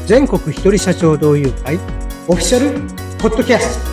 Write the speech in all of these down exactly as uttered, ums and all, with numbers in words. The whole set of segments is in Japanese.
全国一人社長同友会オフィシャルポッドキャスト。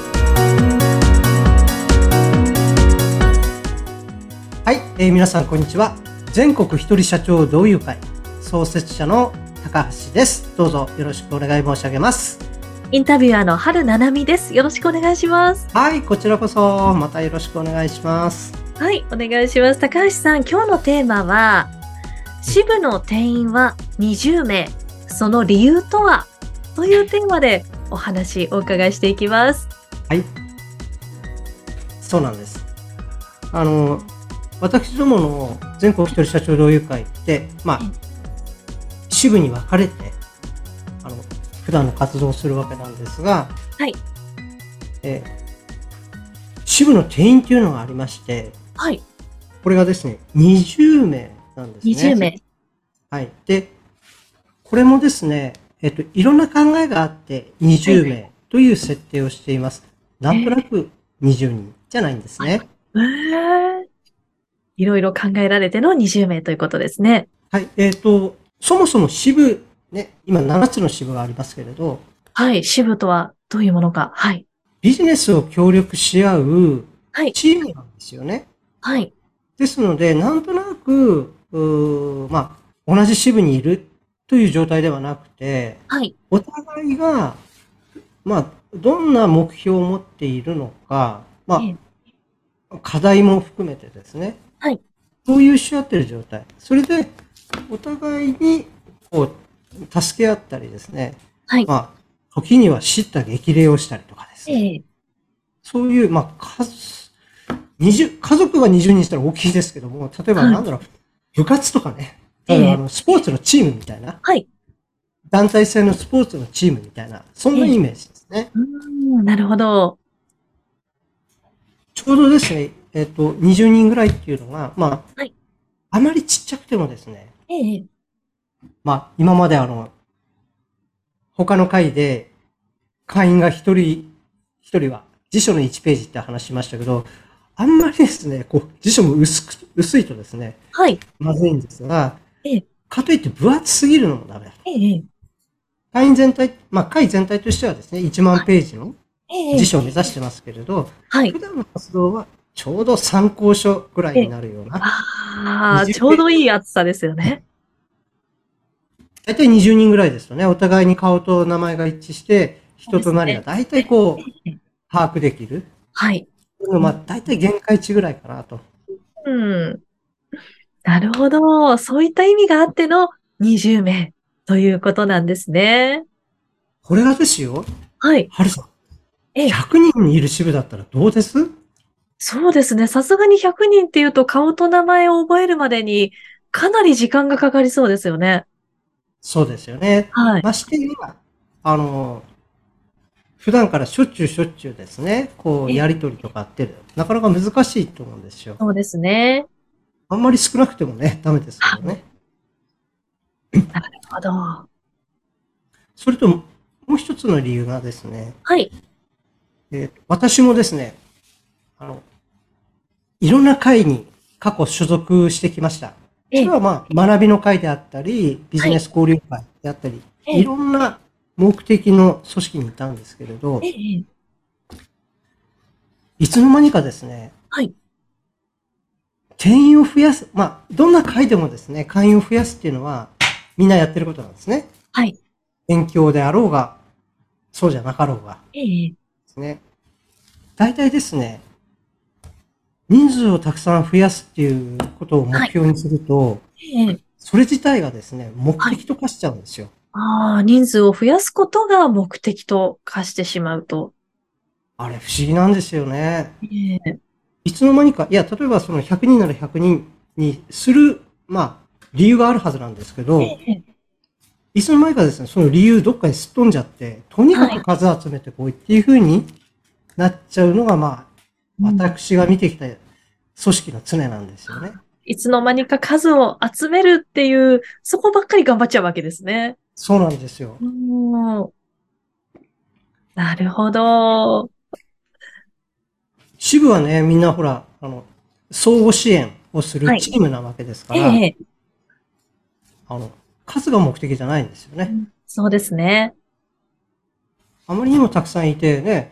はい、えー、皆さんこんにちは。全国一人社長同友会創設者の高橋です。どうぞよろしくお願い申し上げます。 インタビュアーの春七海です。よろしくお願いします。 はい、こちらこそまたよろしくお願いします。 はい、お願いします。高橋さん、今日のテーマは支部の定員はにじゅうめい、その理由とはというテーマでお話をお伺いしていきます。 はい、そうなんです。あの私どもの全国一人社長同友会って、まあ、支部に分かれてあの普段の活動をするわけなんですが、 はい、 えー、支部の定員というのがありまして、 はい、 これがですねにじゅうめいなんですね。 にじゅうめい。 はい。で、これもですね、えっと、いろんな考えがあってにじゅうめいという設定をしています。はい、なんとなくにじゅうにんじゃないんですね。 えー、いろいろ考えられてのにじゅうめいということですね。 はい。えっと、そもそも支部、ね、今ななつの支部がありますけれど、 はい、支部とはどういうものか。はい。 ビジネスを協力し合うチームなんですよね。 はい。 ですので、なんとなく、うまあ、同じ支部にいるという状態ではなくて、 はい、 お互いが、まあ、どんな目標を持っているのか、まあ、ええ、課題も含めてですね、 はい、 共有し合っている状態。それで、お互いに、こう、助け合ったりですね、 はい、 まあ、時には叱咤激励をしたりとかですね、ええ、そういう、まあ、数、にじゅう、家族がにじゅうにんしたら大きいですけども、例えばなんだろう、はい、部活とかね、例えばあのスポーツのチームみたいな、はい、団体戦のスポーツのチームみたいな、そんなイメージですね。 うーん、なるほど。 ちょうどですね、えっと、にじゅうにんぐらいっていうのが、まあ、はい、あまりちっちゃくてもですね、ええ、まあ、今まであの、他の会で、会員が一人、一人は辞書のいちページって話しましたけど、あんまりですね、こう、辞書も薄く、薄いとですね、はい。まずいんですが、ええ、かといって分厚すぎるのもダメだと。ええ、会員全体、まあ、会全体としてはですね、いちまんページの辞書を目指してますけれど、はい。普段の活動はちょうど参考書ぐらいになるような。 ああ、ちょうどいい厚さですよね。 だいたいにじゅうにんぐらいですとね、お互いに顔と名前が一致して、人となりがだいたいこう、把握できる。はい。まあ、だいたい限界値ぐらいかなと。 うん。なるほど。そういった意味があってのにじゅうめいということなんですね。 これがですよ。 はい。 はるさん。ひゃくにんいる支部だったらどうです？ そうですね。さすがにひゃくにんっていうと顔と名前を覚えるまでにかなり時間がかかりそうですよね。 そうですよね。はい。ましてや、あの、普段からしょっちゅうしょっちゅうですね、こう、やりとりとかって、なかなか難しいと思うんですよ。 そうですね。 あんまり少なくてもね、ダメですけどね。 なるほど。 それと、もう一つの理由がですね、 はい。 えー、私もですね、あの、いろんな会に過去所属してきました。それはまあ、学びの会であったり、ビジネス交流会であったり、はい、いろんな目的の組織にいたんですけれど、ええ、いつの間にかですね、はい、定員を増やす、まあ、どんな会でもですね、会員を増やすっていうのは、みんなやってることなんですね。はい。勉強であろうが、そうじゃなかろうが。ええ。ですね。大体ですね、人数をたくさん増やすっていうことを目標にすると、はい、ええ、それ自体がですね、目的と化しちゃうんですよ。 はい、ああ、人数を増やすことが目的と化してしまうと。 あれ、不思議なんですよね。 ええ、 いつの間にか、いや、例えばそのひゃくにんならひゃくにんにする、まあ、理由があるはずなんですけど、ええ、いつの間にかですね、その理由どっかにすっ飛んじゃって、とにかく数集めてこいっていう風になっちゃうのが、まあ、私が見てきた組織の常なんですよね。 いつの間にか数を集めるっていう、そこばっかり頑張っちゃうわけですね。 そうなんですよ。 うん、なるほど。 支部はね、みんなほら、あの、相互支援をするチームなわけですから、はい、ええ、あの、 数が目的じゃないんですよね。うん、 そうですね。 あまりにもたくさんいてね、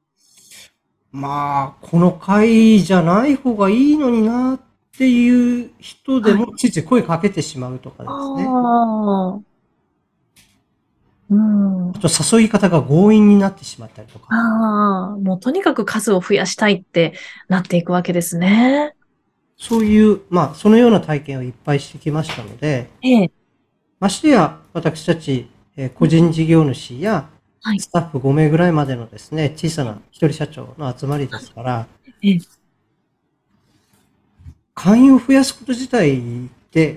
まあ、この会じゃない方がいいのになっていう人でもついつい声かけてしまうとかですね。ああ。うん。あと誘い方が強引になってしまったりとか。 ああ、もうとにかく数を増やしたいってなっていくわけですね。 そういう、まあ、そのような体験をいっぱいしてきましたので、ええ、ましてや、私たち、えー、個人事業主や、スタッフごめいぐらいまでのですね、小さな一人社長の集まりですから、ええ、会員を増やすこと自体って、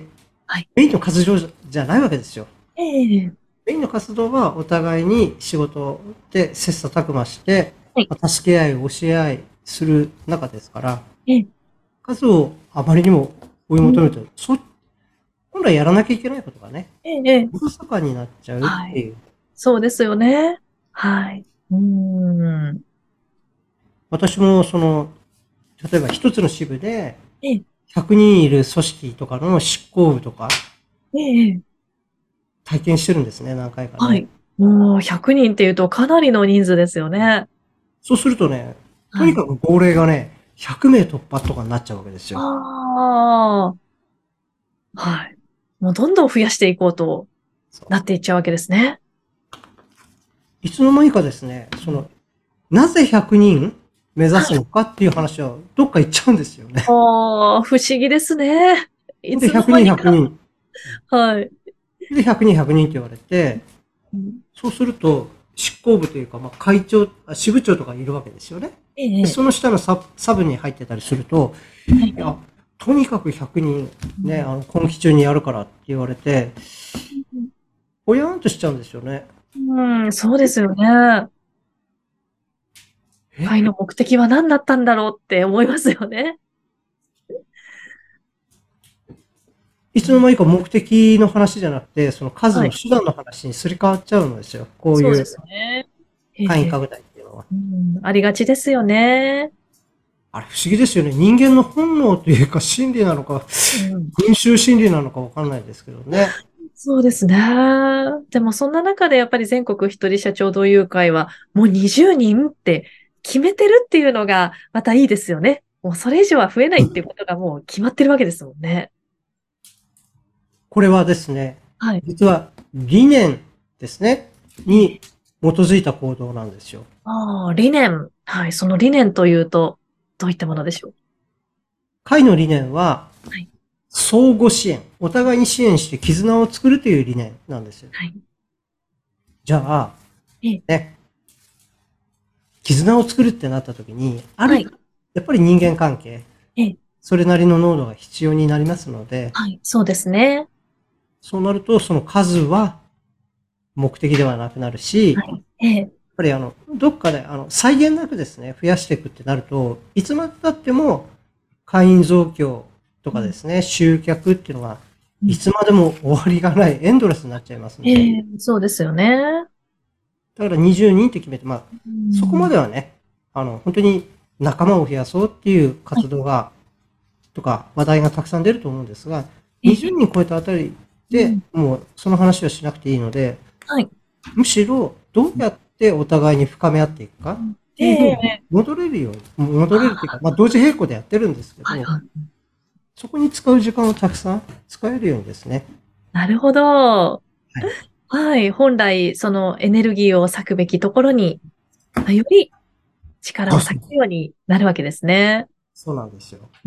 メインの活動じゃないわけですよ。ええ、メインの活動はお互いに仕事で切磋琢磨して、はい、助け合い、教え合いする中ですから、ええ、数をあまりにも追い求めると、うん、そ本来やらなきゃいけないことがね、ええ、おろそかになっちゃうっていう。はい、 そうですよね。はい。うん。 私もその、例えば一つの支部で、ひゃくにんいる組織とかの執行部とか、体験してるんですね、何回かね。 はい。もうひゃくにんっていうとかなりの人数ですよね。 そうするとね、とにかく号令がね、ひゃくめい突破とかになっちゃうわけですよ。 ああ。はい。もうどんどん増やしていこうとなっていっちゃうわけですね。 いつの間にかですね、その、なぜひゃくにん目指すのかっていう話はどっか行っちゃうんですよね。 ああ、不思議ですね。いで、ひゃくにん、ひゃくにん。 はい。 で、ひゃくにん、ひゃくにんって言われて、うん、そうすると、執行部というか、まあ、会長、支部長とかいるわけですよね。ええ、その下のササブに入ってたりすると、いや、とにかくひゃくにんね、あの、今期中にやるからって言われて、ぼやーんとしちゃうんですよね。 うん、そうですよね。会の目的は何だったんだろうって思いますよね。 いつの間にか目的の話じゃなくて、その数の手段の話にすり替わっちゃうんですよ。はい、こういう。会員拡大っていうのは、 うん。ありがちですよね。 あれ不思議ですよね。人間の本能というか心理なのか、うん、群衆心理なのかわかんないですけどね。 そうですね。でもそんな中でやっぱり全国一人社長同友会はもうにじゅうにんって決めてるっていうのがまたいいですよね。もうそれ以上は増えないっていうことがもう決まってるわけですもんね。 これはですね、はい、実は理念ですね、に基づいた行動なんですよ。 ああ、理念。はい。その理念というと、どういったものでしょう？ 会の理念は、はい、相互支援。お互いに支援して絆を作るという理念なんですよ。はい、じゃあ、ね、絆を作るってなった時に、ある、はい、やっぱり人間関係、それなりの濃度が必要になりますので、 はい、そうですね。 そうなると、その数は目的ではなくなるし、はい、ええ、やっぱりあの、どっかであの、際限なくですね、増やしていくってなると、いつまで経っても会員増強とかですね、うん、集客っていうのが、いつまでも終わりがない、エンドレスになっちゃいますので。ええ、そうですよね。 だからにじゅうにんって決めて、まあ、そこまではね、あの、本当に仲間を増やそうっていう活動が、はい、とか話題がたくさん出ると思うんですが、にじゅうにん超えたあたりで、もうその話はしなくていいので、はい、むしろどうやってお互いに深め合っていくかっていうふうに戻れるように、戻れるっていうか、まあ同時並行でやってるんですけど、はいはい、そこに使う時間をたくさん使えるようにですね。 なるほど。はい。はい。本来、そのエネルギーを割くべきところに、より力を割くようになるわけですね。 そうなんですよ。 うん。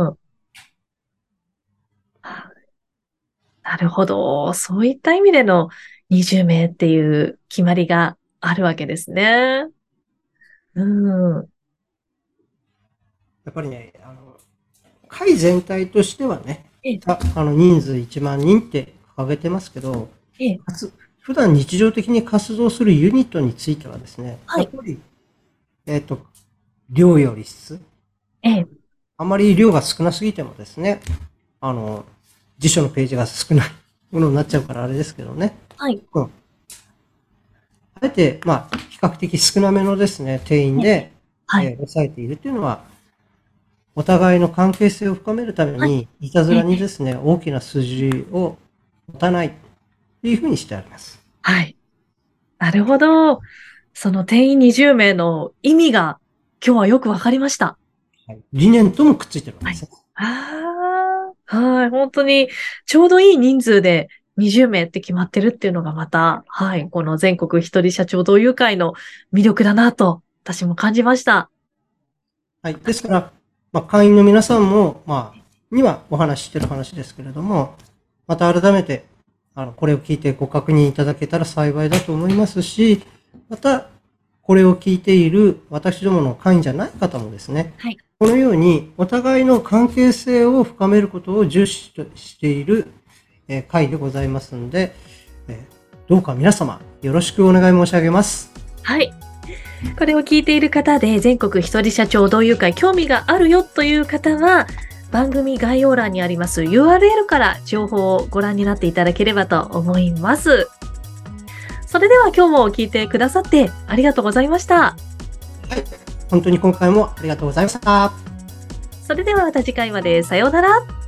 なるほど。そういった意味でのにじゅうめいっていう決まりがあるわけですね。うん。 やっぱりね、あの、会全体としてはね、あの人数いちまんにんって掲げてますけど、ええ、普段日常的に活動するユニットについてはですね、はい、やっぱり、えっ、ー、と、量より質。ええ、あまり量が少なすぎてもですね、あの、辞書のページが少ないものになっちゃうからあれですけどね。はい。うん。あえて、まあ、比較的少なめのですね、定員で、はい、えー、抑えているというのは、お互いの関係性を深めるために、いたずらにですね、大きな数字を持たないというふうにしてあります。 はい。なるほど。その定員にじゅうめいの意味が今日はよくわかりました。 はい、理念ともくっついてるわけですね。 はい、ああ、はい。本当にちょうどいい人数でにじゅうめいって決まってるっていうのがまた、はい。この全国一人社長同友会の魅力だなと私も感じました。 はい。ですから、まあ、会員の皆さんも、まあ、にはお話ししてる話ですけれども、また改めて、あの、これを聞いてご確認いただけたら幸いだと思いますし、また、これを聞いている私どもの会員じゃない方もですね、はい、このようにお互いの関係性を深めることを重視している会でございますので、どうか皆様よろしくお願い申し上げます。 はい。これを聞いている方で全国一人社長同友会興味があるよという方は、番組概要欄にあります ユーアールエル から情報をご覧になっていただければと思います。それでは今日も聞いてくださってありがとうございました。はい。本当に今回もありがとうございました。 それではまた次回まで。さようなら。